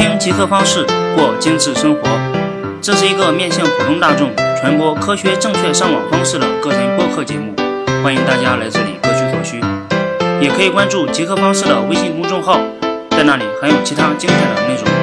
听极客方式过精致生活，这是一个面向普通大众传播科学正确上网方式的个人播客节目，欢迎大家来这里各取所需。也可以关注极客方式的微信公众号，在那里还有其他精彩的内容。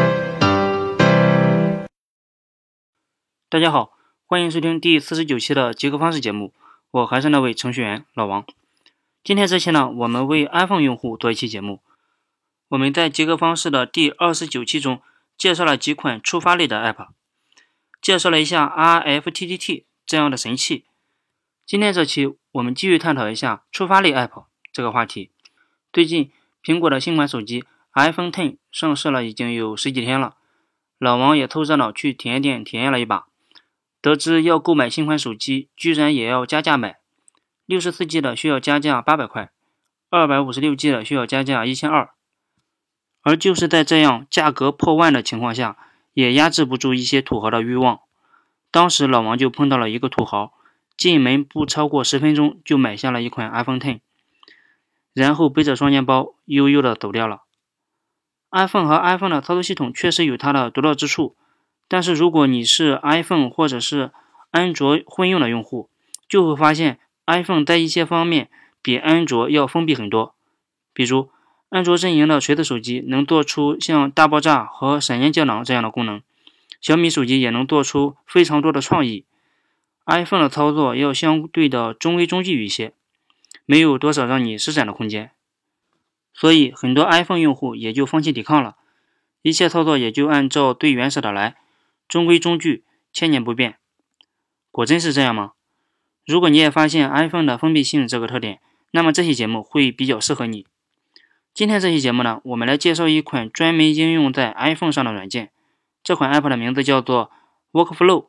大家好，欢迎收听第49期的极客方式节目，我还是那位程序员老王。今天这期呢，我们为 iPhone 用户做一期节目。我们在极客方式的第29期中介绍了几款触发类的 App， 介绍了一下 RFTTT 这样的神器。今天这期我们继续探讨一下触发类 App 这个话题。最近苹果的新款手机 iPhone X 上市了已经有十几天了，老王也偷着脑去体验店体验了一把，得知要购买新款手机居然也要加价买，64G 的需要加价800块，256G 的需要加价1200，而就是在这样价格破万的情况下，也压制不住一些土豪的欲望。当时老王就碰到了一个土豪，进门不超过10分钟就买下了一款 iPhone X， 然后背着双肩包悠悠的走掉了。iPhone 和 iPhone 的操作系统确实有它的独到之处，但是如果你是 iPhone 或者是安卓混用的用户，就会发现 iPhone 在一些方面比安卓要封闭很多。比如安卓阵营的锤子手机能做出像大爆炸和闪电胶囊这样的功能，小米手机也能做出非常多的创意。iPhone 的操作要相对的中规中矩一些，没有多少让你施展的空间，所以很多 iPhone 用户也就放弃抵抗了，一切操作也就按照最原始的来，中规中矩，千年不变。果真是这样吗？如果你也发现 iPhone 的封闭性这个特点，那么这期节目会比较适合你。今天这期节目呢，我们来介绍一款专门应用在 iPhone 上的软件。这款 App 的名字叫做 Workflow，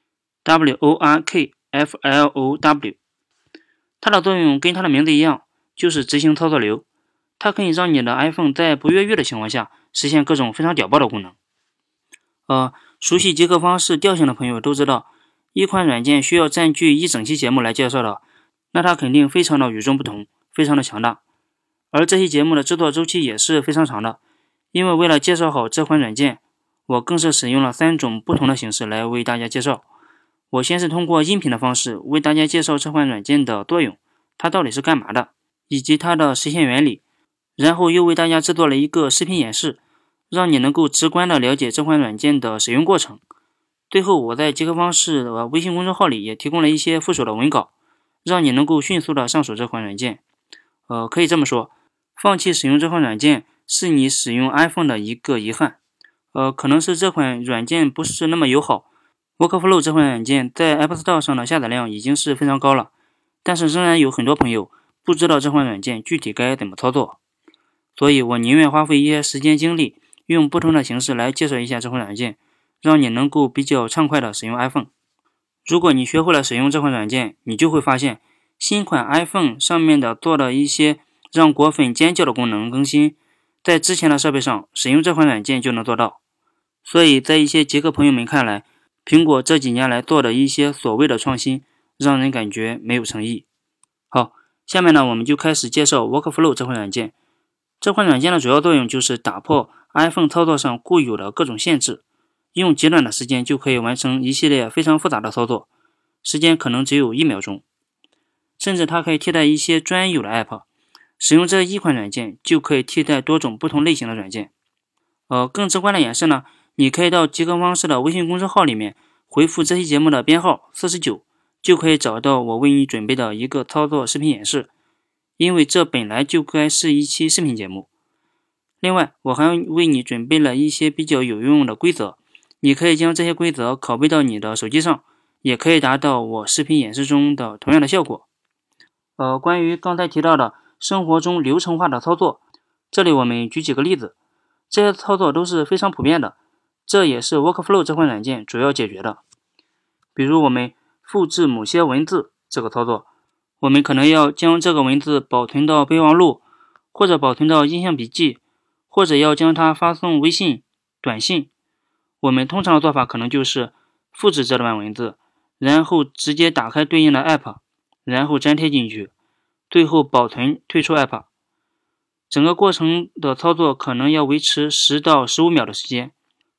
WORKFLOW。 它的作用跟它的名字一样，就是执行操作流。它可以让你的 iPhone 在不越狱的情况下实现各种非常屌爆的功能。熟悉极客方式调性的朋友都知道，一款软件需要占据一整期节目来介绍的，那它肯定非常的与众不同，非常的强大。而这期节目的制作周期也是非常长的，因为为了介绍好这款软件，我更是使用了3种不同的形式来为大家介绍。我先是通过音频的方式为大家介绍这款软件的作用，它到底是干嘛的，以及它的实现原理，然后又为大家制作了一个视频演示，让你能够直观的了解这款软件的使用过程。最后我在极客方式的微信公众号里也提供了一些附属的文稿，让你能够迅速的上手这款软件。可以这么说，放弃使用这款软件是你使用 iPhone 的一个遗憾。可能是这款软件不是那么友好。Workflow 这款软件在 App Store 上的下载量已经是非常高了，但是仍然有很多朋友不知道这款软件具体该怎么操作。所以我宁愿花费一些时间精力，用不同的形式来介绍一下这款软件，让你能够比较畅快的使用 iPhone。 如果你学会了使用这款软件，你就会发现新款 iPhone 上面的做了一些让果粉尖叫的功能更新，在之前的设备上使用这款软件就能做到。所以在一些极客朋友们看来，苹果这几年来做的一些所谓的创新让人感觉没有诚意。好，下面呢我们就开始介绍 Workflow 这款软件。这款软件的主要作用就是打破 iPhone 操作上固有的各种限制，用极短的时间就可以完成一系列非常复杂的操作，时间可能只有1秒钟，甚至它可以替代一些专有的 App。 使用这一款软件就可以替代多种不同类型的软件。更直观的演示呢，你可以到极客方式的微信公众号里面回复这期节目的编号49，就可以找到我为你准备的一个操作视频演示，因为这本来就该是一期视频节目。另外我还为你准备了一些比较有用的规则，你可以将这些规则拷贝到你的手机上，也可以达到我视频演示中的同样的效果。关于刚才提到的生活中流程化的操作，这里我们举几个例子，这些操作都是非常普遍的，这也是 Workflow 这款软件主要解决的。比如我们复制某些文字这个操作，我们可能要将这个文字保存到备忘录，或者保存到印象笔记，或者要将它发送微信、短信。我们通常的做法可能就是复制这段文字，然后直接打开对应的 App， 然后粘贴进去，最后保存退出 App。 整个过程的操作可能要维持10到15秒的时间，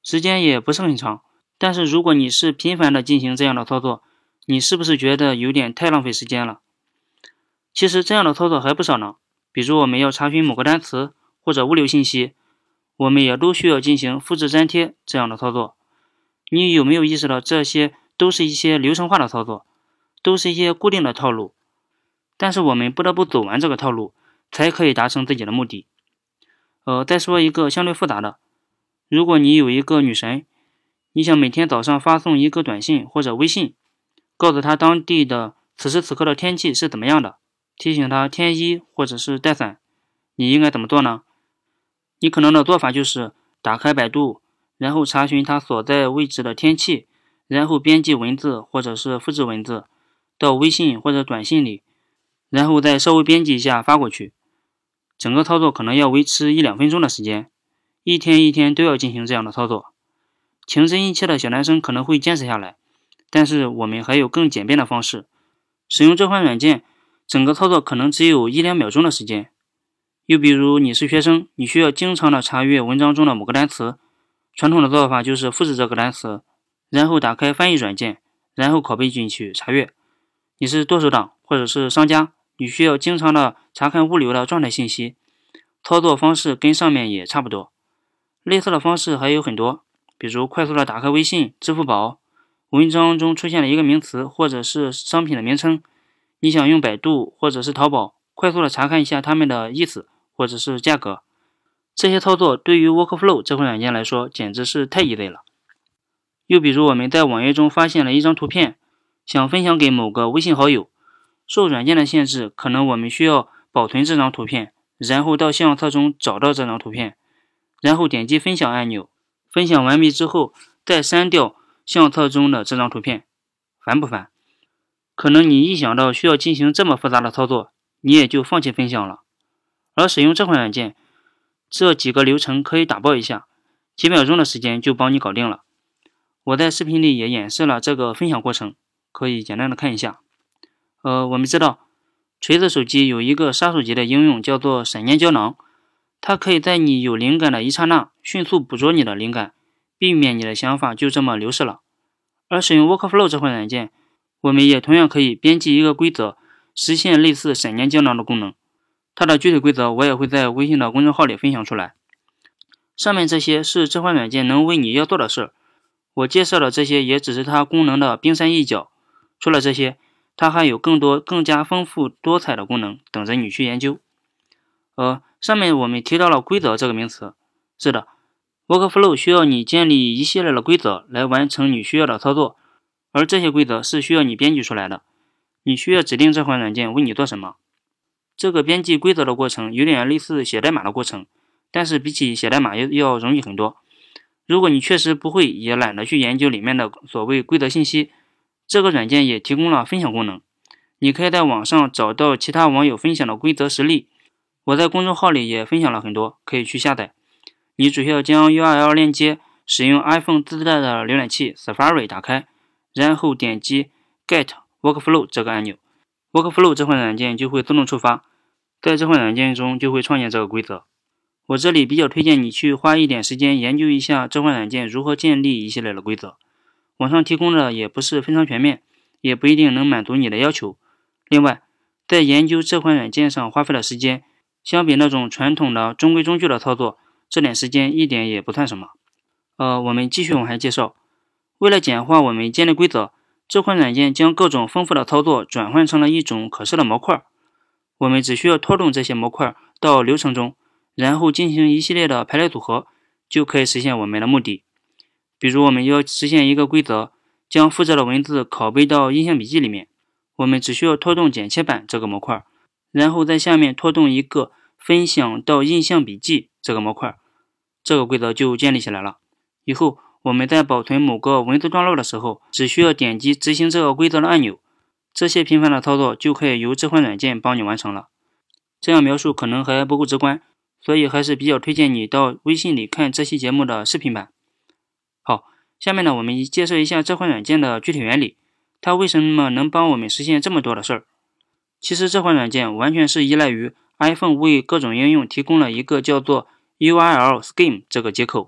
时间也不是很长。但是如果你是频繁的进行这样的操作，你是不是觉得有点太浪费时间了？其实这样的操作还不少呢。比如我们要查询某个单词或者物流信息，我们也都需要进行复制粘贴这样的操作。你有没有意识到这些都是一些流程化的操作，都是一些固定的套路，但是我们不得不走完这个套路才可以达成自己的目的。再说一个相对复杂的，如果你有一个女神，你想每天早上发送一个短信或者微信，告诉她当地的此时此刻的天气是怎么样的，提醒她添衣或者是带伞，你应该怎么做呢？你可能的做法就是打开百度，然后查询它所在位置的天气，然后编辑文字或者是复制文字到微信或者短信里，然后再稍微编辑一下发过去。整个操作可能要维持1-2分钟的时间，一天一天都要进行这样的操作。情真意切的小男生可能会坚持下来，但是我们还有更简便的方式。使用这款软件，整个操作可能只有1-2秒钟的时间。又比如你是学生，你需要经常的查阅文章中的某个单词，传统的做法就是复制这个单词，然后打开翻译软件，然后拷贝进去查阅。你是剁手党或者是商家，你需要经常的查看物流的状态信息，操作方式跟上面也差不多。类似的方式还有很多，比如快速的打开微信、支付宝，文章中出现了一个名词或者是商品的名称，你想用百度或者是淘宝快速的查看一下它们的意思或者是价格。这些操作对于 Workflow 这款软件来说简直是太 easy 了。又比如我们在网页中发现了一张图片，想分享给某个微信好友，受软件的限制，可能我们需要保存这张图片，然后到相册中找到这张图片，然后点击分享按钮，分享完毕之后再删掉相册中的这张图片。烦不烦？可能你一想到需要进行这么复杂的操作，你也就放弃分享了。而使用这款软件，这几个流程可以打包一下，几秒钟的时间就帮你搞定了。我在视频里也演示了这个分享过程，可以简单的看一下。我们知道锤子手机有一个杀手级的应用叫做闪念胶囊，它可以在你有灵感的一刹那迅速捕捉你的灵感，避免你的想法就这么流逝了。而使用 Workflow 这款软件，我们也同样可以编辑一个规则，实现类似闪念胶囊的功能。它的具体规则我也会在微信的公众号里分享出来。上面这些是这款软件能为你要做的事，我介绍的这些也只是它功能的冰山一角。除了这些，它还有更多更加丰富多彩的功能等着你去研究。上面我们提到了规则这个名词，是的， Workflow 需要你建立一系列的规则来完成你需要的操作，而这些规则是需要你编辑出来的。你需要指定这款软件为你做什么。这个编辑规则的过程有点类似写代码的过程，但是比起写代码要容易很多。如果你确实不会，也懒得去研究里面的所谓规则信息，这个软件也提供了分享功能。你可以在网上找到其他网友分享的规则实例，我在公众号里也分享了很多，可以去下载。你只需要将 URL 链接使用 iPhone 自带的浏览器 Safari 打开，然后点击 Get Workflow 这个按钮， Workflow 这款软件就会自动触发，在这款软件中就会创建这个规则。我这里比较推荐你去花一点时间研究一下这款软件如何建立一系列的规则，网上提供的也不是非常全面，也不一定能满足你的要求。另外，在研究这款软件上花费的时间，相比那种传统的中规中矩的操作，这点时间一点也不算什么。我们继续往下介绍。为了简化我们建立规则，这款软件将各种丰富的操作转换成了一种可视的模块，我们只需要拖动这些模块到流程中，然后进行一系列的排列组合，就可以实现我们的目的。比如我们要实现一个规则，将复制的文字拷贝到印象笔记里面，我们只需要拖动剪切板这个模块，然后在下面拖动一个分享到印象笔记这个模块，这个规则就建立起来了。以后我们在保存某个文字段落的时候，只需要点击执行这个规则的按钮，这些频繁的操作就可以由这款软件帮你完成了。这样描述可能还不够直观，所以还是比较推荐你到微信里看这期节目的视频版。好，下面呢我们介绍一下这款软件的具体原理，它为什么能帮我们实现这么多的事儿。其实这款软件完全是依赖于 iPhone 为各种应用提供了一个叫做 URL Scheme 这个接口，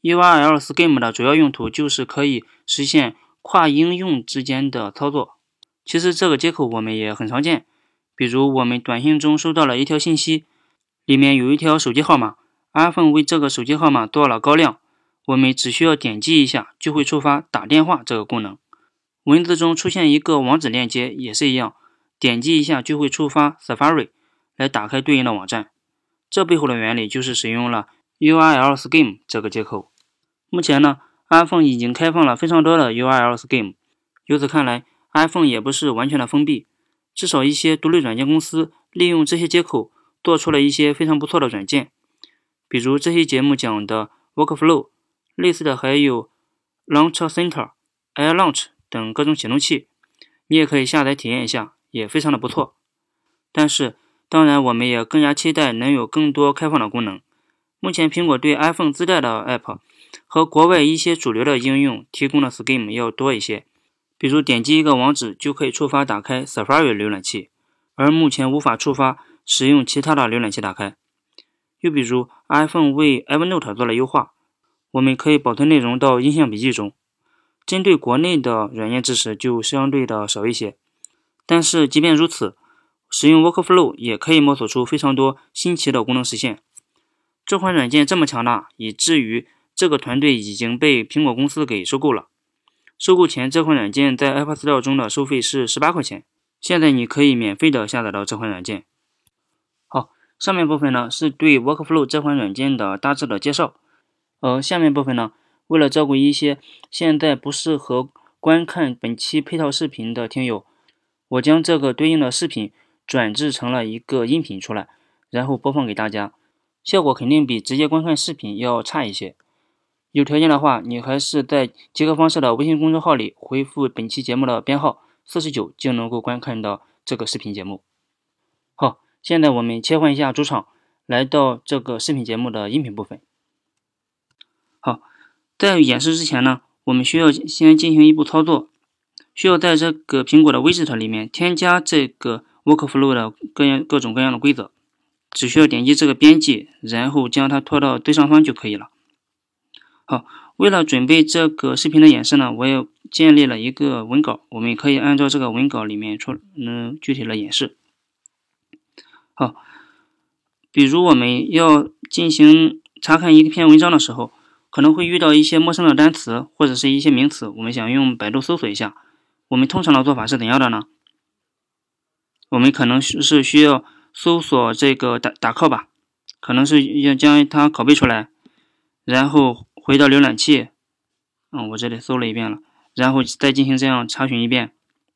URL-Scheme 的主要用途就是可以实现跨应用之间的操作。其实这个接口我们也很常见，比如我们短信中收到了一条信息，里面有一条手机号码， iPhone 为这个手机号码做了高亮，我们只需要点击一下就会触发打电话这个功能。文字中出现一个网址链接也是一样，点击一下就会触发 Safari 来打开对应的网站。这背后的原理就是使用了 URL-Scheme 这个接口。目前呢 iPhone 已经开放了非常多的 URL-Scheme， 由此看来 iPhone 也不是完全的封闭，至少一些独立软件公司利用这些接口做出了一些非常不错的软件，比如这期节目讲的 Workflow， 类似的还有 Launcher Center、AirLaunch 等各种启动器，你也可以下载体验一下，也非常的不错。但是当然我们也更加期待能有更多开放的功能。目前苹果对 iPhone 自带的 App 和国外一些主流的应用提供的 Scheme 要多一些，比如点击一个网址就可以触发打开 Safari 浏览器，而目前无法触发使用其他的浏览器打开。又比如 iPhone 为 Evernote 做了优化，我们可以保存内容到印象笔记中，针对国内的软件支持就相对的少一些。但是即便如此，使用 Workflow 也可以摸索出非常多新奇的功能实现。这款软件这么强大，以至于这个团队已经被苹果公司给收购了。收购前这款软件在 App Store 中的收费是18块钱，现在你可以免费的下载到这款软件。好，上面部分呢是对 Workflow 这款软件的大致的介绍。下面部分呢，为了照顾一些现在不适合观看本期配套视频的听友，我将这个对应的视频转制成了一个音频出来，然后播放给大家，效果肯定比直接观看视频要差一些。有条件的话，你还是在极客方式的微信公众号里回复本期节目的编号49，就能够观看到这个视频节目。好，现在我们切换一下主场，来到这个视频节目的音频部分。好，在演示之前呢，我们需要先进行一步操作，需要在这个苹果的 Widget 里面添加这个 Workflow 的各种各样的规则，只需要点击这个编辑，然后将它拖到最上方就可以了。好，为了准备这个视频的演示呢，我也建立了一个文稿，我们可以按照这个文稿里面具体的演示。好，比如我们要进行查看一篇文章的时候，可能会遇到一些陌生的单词或者是一些名词，我们想用百度搜索一下，我们通常的做法是怎样的呢？我们可能是需要搜索这个打扣吧，可能是要将它拷贝出来，然后回到浏览器，我这里搜了一遍了，然后再进行这样查询一遍。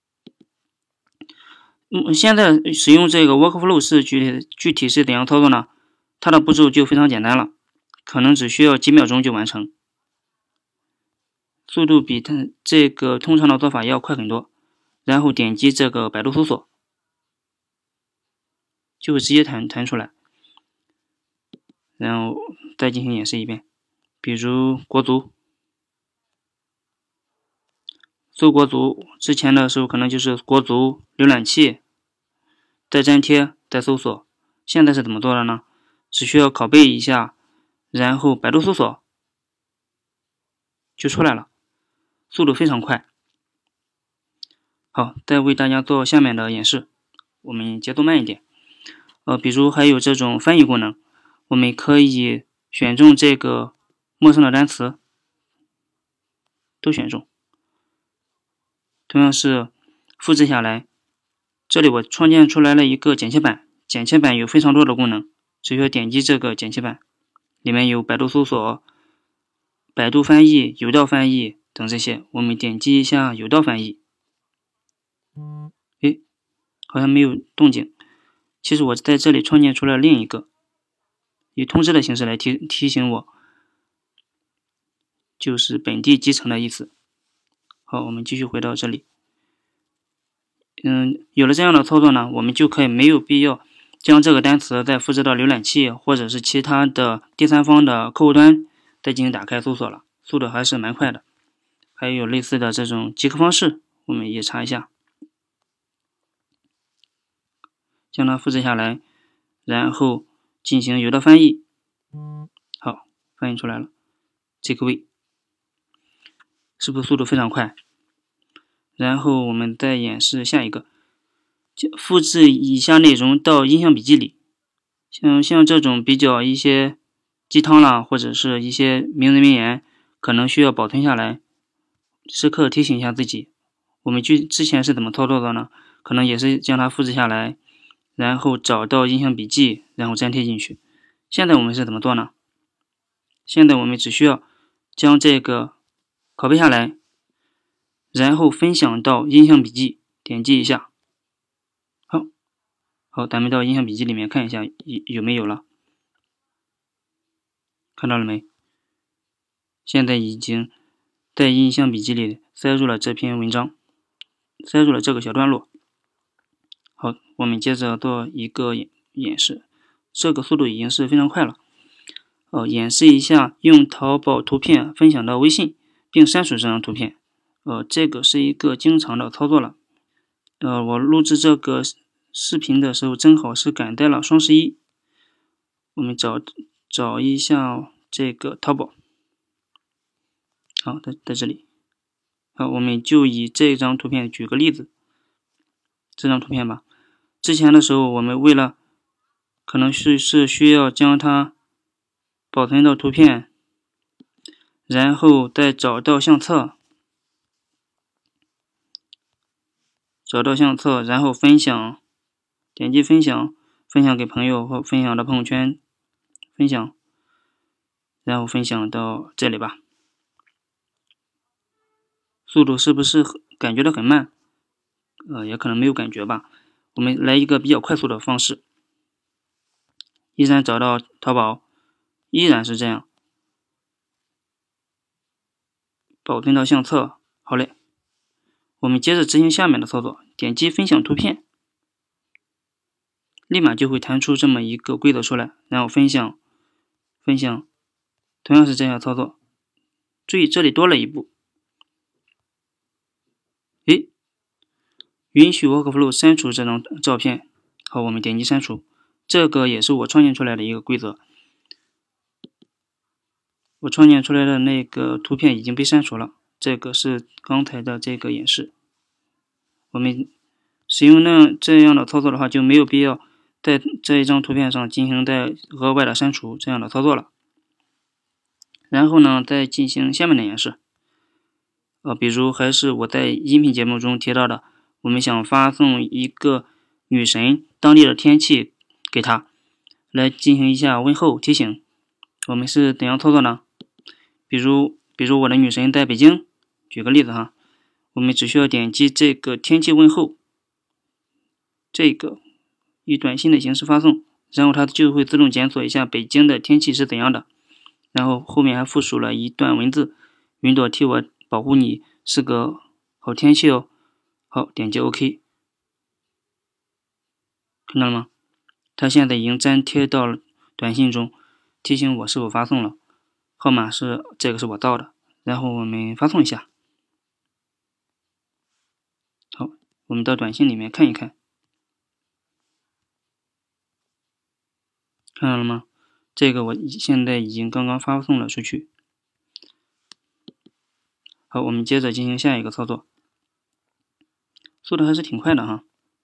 现在使用这个 Workflow 是具体是怎样操作呢？它的步骤就非常简单了，可能只需要几秒钟就完成，速度比它这个通常的做法要快很多。然后点击这个百度搜索，就会直接弹出来，然后再进行演示一遍。比如国足，搜国足之前的时候可能就是国足浏览器，再粘贴，再搜索。现在是怎么做的呢？只需要拷贝一下，然后百度搜索就出来了，速度非常快。好，再为大家做下面的演示，我们节奏慢一点。比如还有这种翻译功能，我们可以选中这个陌生的单词，都选中，同样是复制下来。这里我创建出来了一个剪切板，剪切板有非常多的功能，只需要点击这个剪切板，里面有百度搜索、百度翻译、有道翻译等这些，我们点击一下有道翻译，好像没有动静。其实我在这里创建出了另一个，以通知的形式来提醒我，就是本地集成的意思。好，我们继续回到这里。有了这样的操作呢，我们就可以没有必要将这个单词再复制到浏览器或者是其他的第三方的客户端再进行打开搜索了，速度还是蛮快的。还有类似的这种极客方式，我们也查一下，将它复制下来，然后进行有道翻译。好，翻译出来了。 这个位，是不是速度非常快？然后我们再演示下一个，复制以下内容到印象笔记里。像这种比较一些鸡汤啦，或者是一些名人名言，可能需要保存下来，时刻提醒一下自己。我们之前是怎么操作的呢？可能也是将它复制下来，然后找到印象笔记，然后粘贴进去。现在我们是怎么做呢？现在我们只需要将这个拷贝下来，然后分享到印象笔记，点击一下。好，咱们到印象笔记里面看一下有没有了，看到了没？现在已经在印象笔记里塞入了这篇文章，塞入了这个小段落。好，我们接着做一个演示，这个速度已经是非常快了。演示一下用淘宝图片分享到微信，并删除这张图片。这个是一个经常的操作了。我录制这个视频的时候正好是赶在了双11，我们找一下这个淘宝。好，在这里。好，我们就以这张图片举个例子，这张图片吧。之前的时候，我们为了可能是需要将它保存到图片，然后再找到相册，然后分享，点击分享，分享给朋友或分享到朋友圈，分享，然后分享到这里吧。速度是不是感觉到很慢？也可能没有感觉吧。我们来一个比较快速的方式，依然找到淘宝，依然是这样，保存到相册。好嘞，我们接着执行下面的操作，点击分享图片，立马就会弹出这么一个规则出来，然后分享，同样是这样操作。注意这里多了一步，允许 Workflow 删除这张照片。好，我们点击删除，这个也是我创建出来的一个规则。我创建出来的那个图片已经被删除了，这个是刚才的这个演示。我们使用这样的操作的话，就没有必要在这一张图片上进行再额外的删除这样的操作了。然后呢，再进行下面的演示。比如还是我在音频节目中提到的，我们想发送一个女神当地的天气给她，来进行一下问候提醒。我们是怎样操作呢？比如我的女神在北京，举个例子哈，我们只需要点击这个天气问候，这个以短信的形式发送，然后它就会自动检索一下北京的天气是怎样的，然后后面还附属了一段文字，云朵替我保护你，是个好天气哦。好，点击 OK， 看到了吗？它现在已经粘贴到了短信中，提醒我是否发送了，号码这个是我造的，然后我们发送一下。好，我们到短信里面看一看，看到了吗？这个我现在已经刚刚发送了出去。好，我们接着进行下一个操作，速度还是挺快的哈。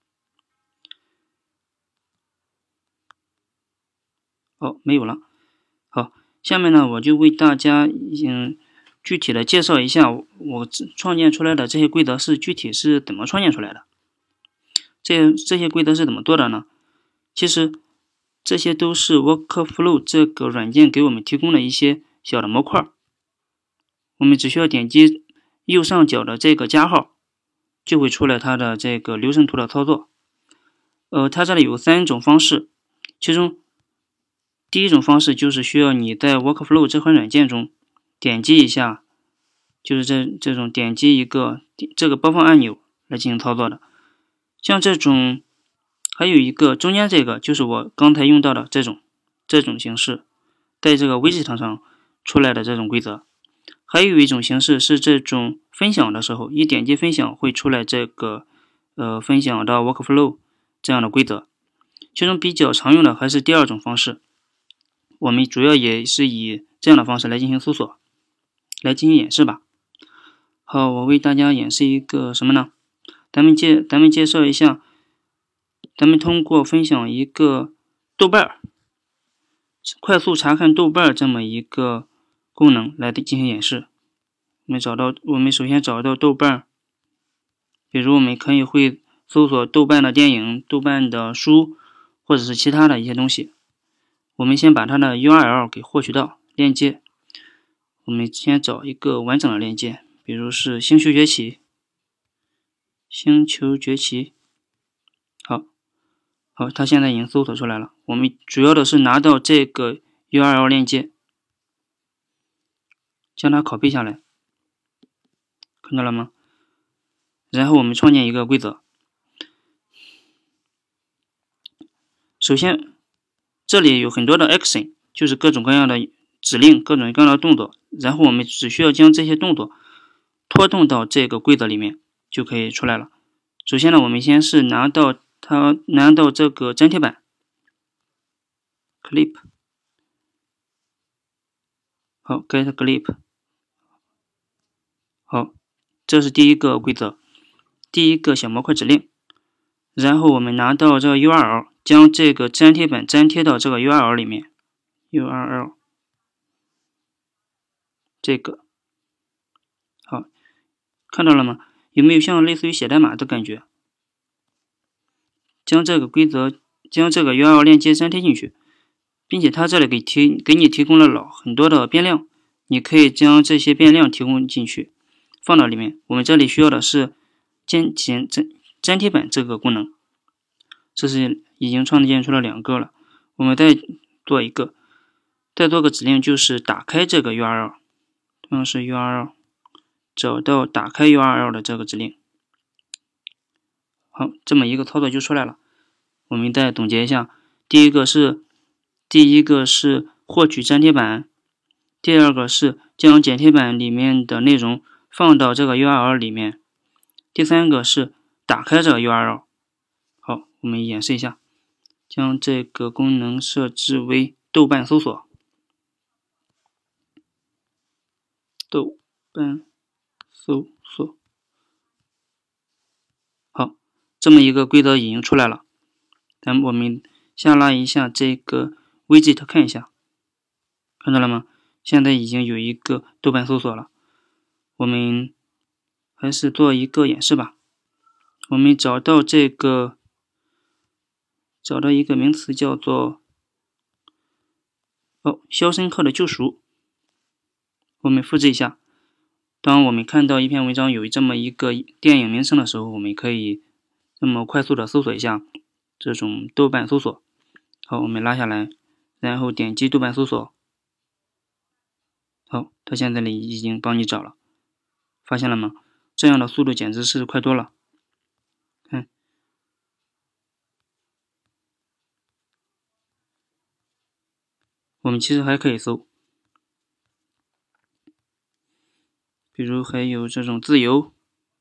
没有了。好，下面呢，我就为大家具体的介绍一下我创建出来的这些规则具体是怎么创建出来的。这些规则是怎么做的呢？其实这些都是 Workflow 这个软件给我们提供的一些小的模块，我们只需要点击右上角的这个加号，就会出来它的这个流程图的操作。它这里有3种方式，其中第一种方式就是需要你在 Workflow 这款软件中点击一下，就是这种点击一个这个播放按钮来进行操作的。像这种还有一个中间这个就是我刚才用到的这种形式，在这个 widget 上出来的这种规则。还有一种形式是这种分享的时候，一点击分享会出来这个分享到 Workflow 这样的规则。其中比较常用的还是第二种方式，我们主要也是以这样的方式来进行搜索。 来进行演示吧。好，我为大家演示一个什么呢？咱们介绍一下，咱们通过分享一个豆瓣快速查看豆瓣这么一个功能来进行演示。我们首先找到豆瓣，比如我们可以会搜索豆瓣的电影、豆瓣的书，或者是其他的一些东西。我们先把它的 URL 给获取到链接。我们先找一个完整的链接，比如是星球崛起。好，它现在已经搜索出来了。我们主要的是拿到这个 URL 链接，将它copy下来，看到了吗？然后我们创建一个规则。首先，这里有很多的 action， 就是各种各样的指令，各种各样的动作。然后我们只需要将这些动作拖动到这个规则里面，就可以出来了。首先呢，我们先是拿到这个粘贴板 clip， 好 get clip， 好，这是第一个规则，第一个小模块指令。然后我们拿到这个 URL， 将这个粘贴板粘贴到这个 URL 里面 ，URL 这个，好，看到了吗？有没有像类似于写代码的感觉？将这个URL 链接粘贴进去，并且它这里给你提供了很多的变量，你可以将这些变量提供进去，放到里面。我们这里需要的是粘贴板这个功能，这是已经创建出了2个了。我们再做个指令，就是打开这个 URL， 同样是 URL， 找到打开 URL 的这个指令。好，这么一个操作就出来了。我们再总结一下，第一个是获取粘贴板，第二个是将粘贴板里面的内容放到这个 URL 里面，第三个是打开这个 URL。 好，我们演示一下，将这个功能设置为豆瓣搜索，好，这么一个规则已经出来了。我们下拉一下这个 widget 看一下，看到了吗？现在已经有一个豆瓣搜索了。我们还是做一个演示吧。我们找到一个名词叫做肖申克的救赎。我们复制一下。当我们看到一篇文章有这么一个电影名称的时候，我们可以这么快速的搜索一下这种豆瓣搜索。好，我们拉下来，然后点击豆瓣搜索。好，它现在已经帮你找了，发现了吗？这样的速度简直是快多了。看，我们其实还可以搜，比如还有这种自由，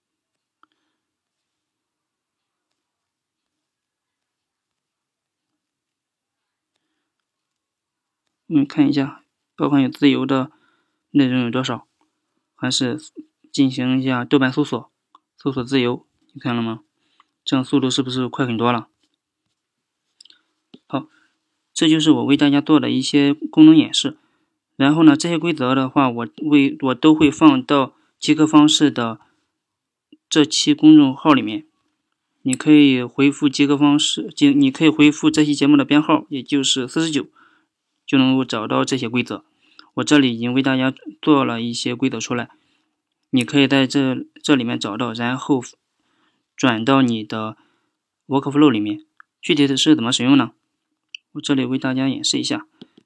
我们看一下，包含有自由的内容有多少，还是进行一下豆瓣搜索自由，你看了吗？这样速度是不是快很多了？好，这就是我为大家做的一些功能演示。然后呢，这些规则的话，我都会放到极客方式的这期公众号里面。你可以回复极客方式，你可以回复这期节目的编号，也就是49，就能够找到这些规则。我这里已经为大家做了一些规则出来，你可以在这里面找到，然后转到你的 workflow 里面。具体的是怎么使用呢？我这里为大家演示一下。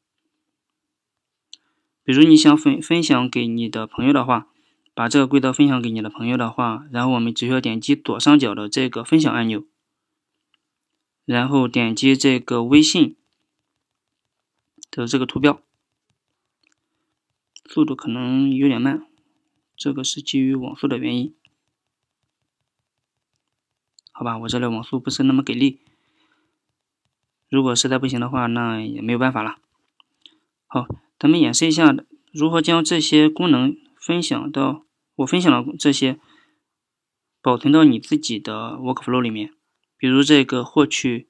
比如你想分享给你的朋友的话，把这个规则分享给你的朋友的话，然后我们只需要点击左上角的这个分享按钮，然后点击这个微信的这个图标，速度可能有点慢，这个是基于网速的原因。好吧，我这里网速不是那么给力，如果实在不行的话，那也没有办法了。好，咱们演示一下如何将这些功能我分享了这些，保存到你自己的 workflow 里面。比如这个获取，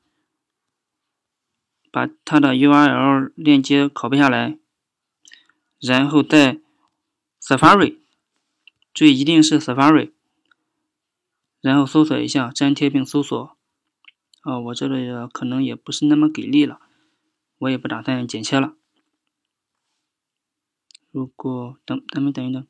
把它的 URL 链接拷贝下来，然后在 Safari， 注意一定是 Safari， 然后搜索一下，粘贴并搜索。我这里可能也不是那么给力了，我也不打算剪切了。如果等一等，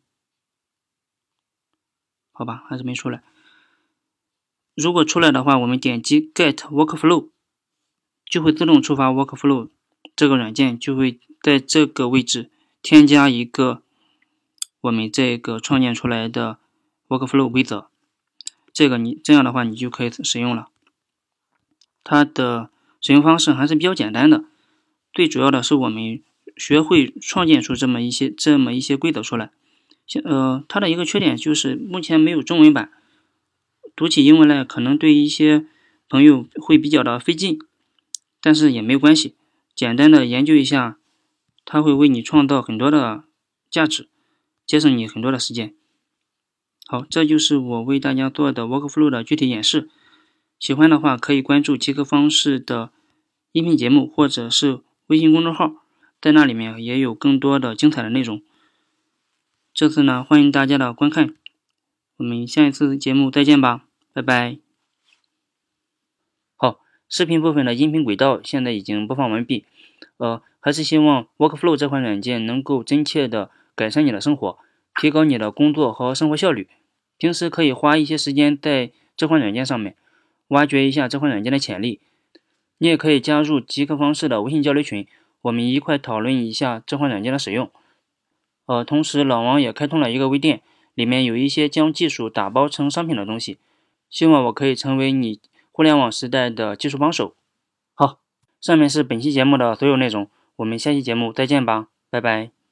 好吧，还是没出来。如果出来的话，我们点击 Get Workflow， 就会自动触发 Workflow， 这个软件就会在这个位置添加一个我们这个创建出来的 Workflow 规则。这样的话你就可以使用了。它的使用方式还是比较简单的，最主要的是我们学会创建出这么一些规则出来。它的一个缺点就是目前没有中文版，读起英文来可能对一些朋友会比较的费劲，但是也没有关系，简单的研究一下，它会为你创造很多的价值，节省你很多的时间。好，这就是我为大家做的 Workflow 的具体演示。喜欢的话可以关注极客方式的音频节目或者是微信公众号，在那里面也有更多的精彩的内容。这次呢，欢迎大家的观看，我们下一次节目再见吧，拜拜。好，视频部分的音频轨道现在已经播放完毕。还是希望 Workflow 这款软件能够真切的改善你的生活，提高你的工作和生活效率。平时可以花一些时间在这款软件上面，挖掘一下这款软件的潜力。你也可以加入极客方式的微信交流群，我们一块讨论一下这款软件的使用。同时老王也开通了一个微店，里面有一些将技术打包成商品的东西，希望我可以成为你互联网时代的技术帮手。好，上面是本期节目的所有内容，我们下期节目再见吧，拜拜。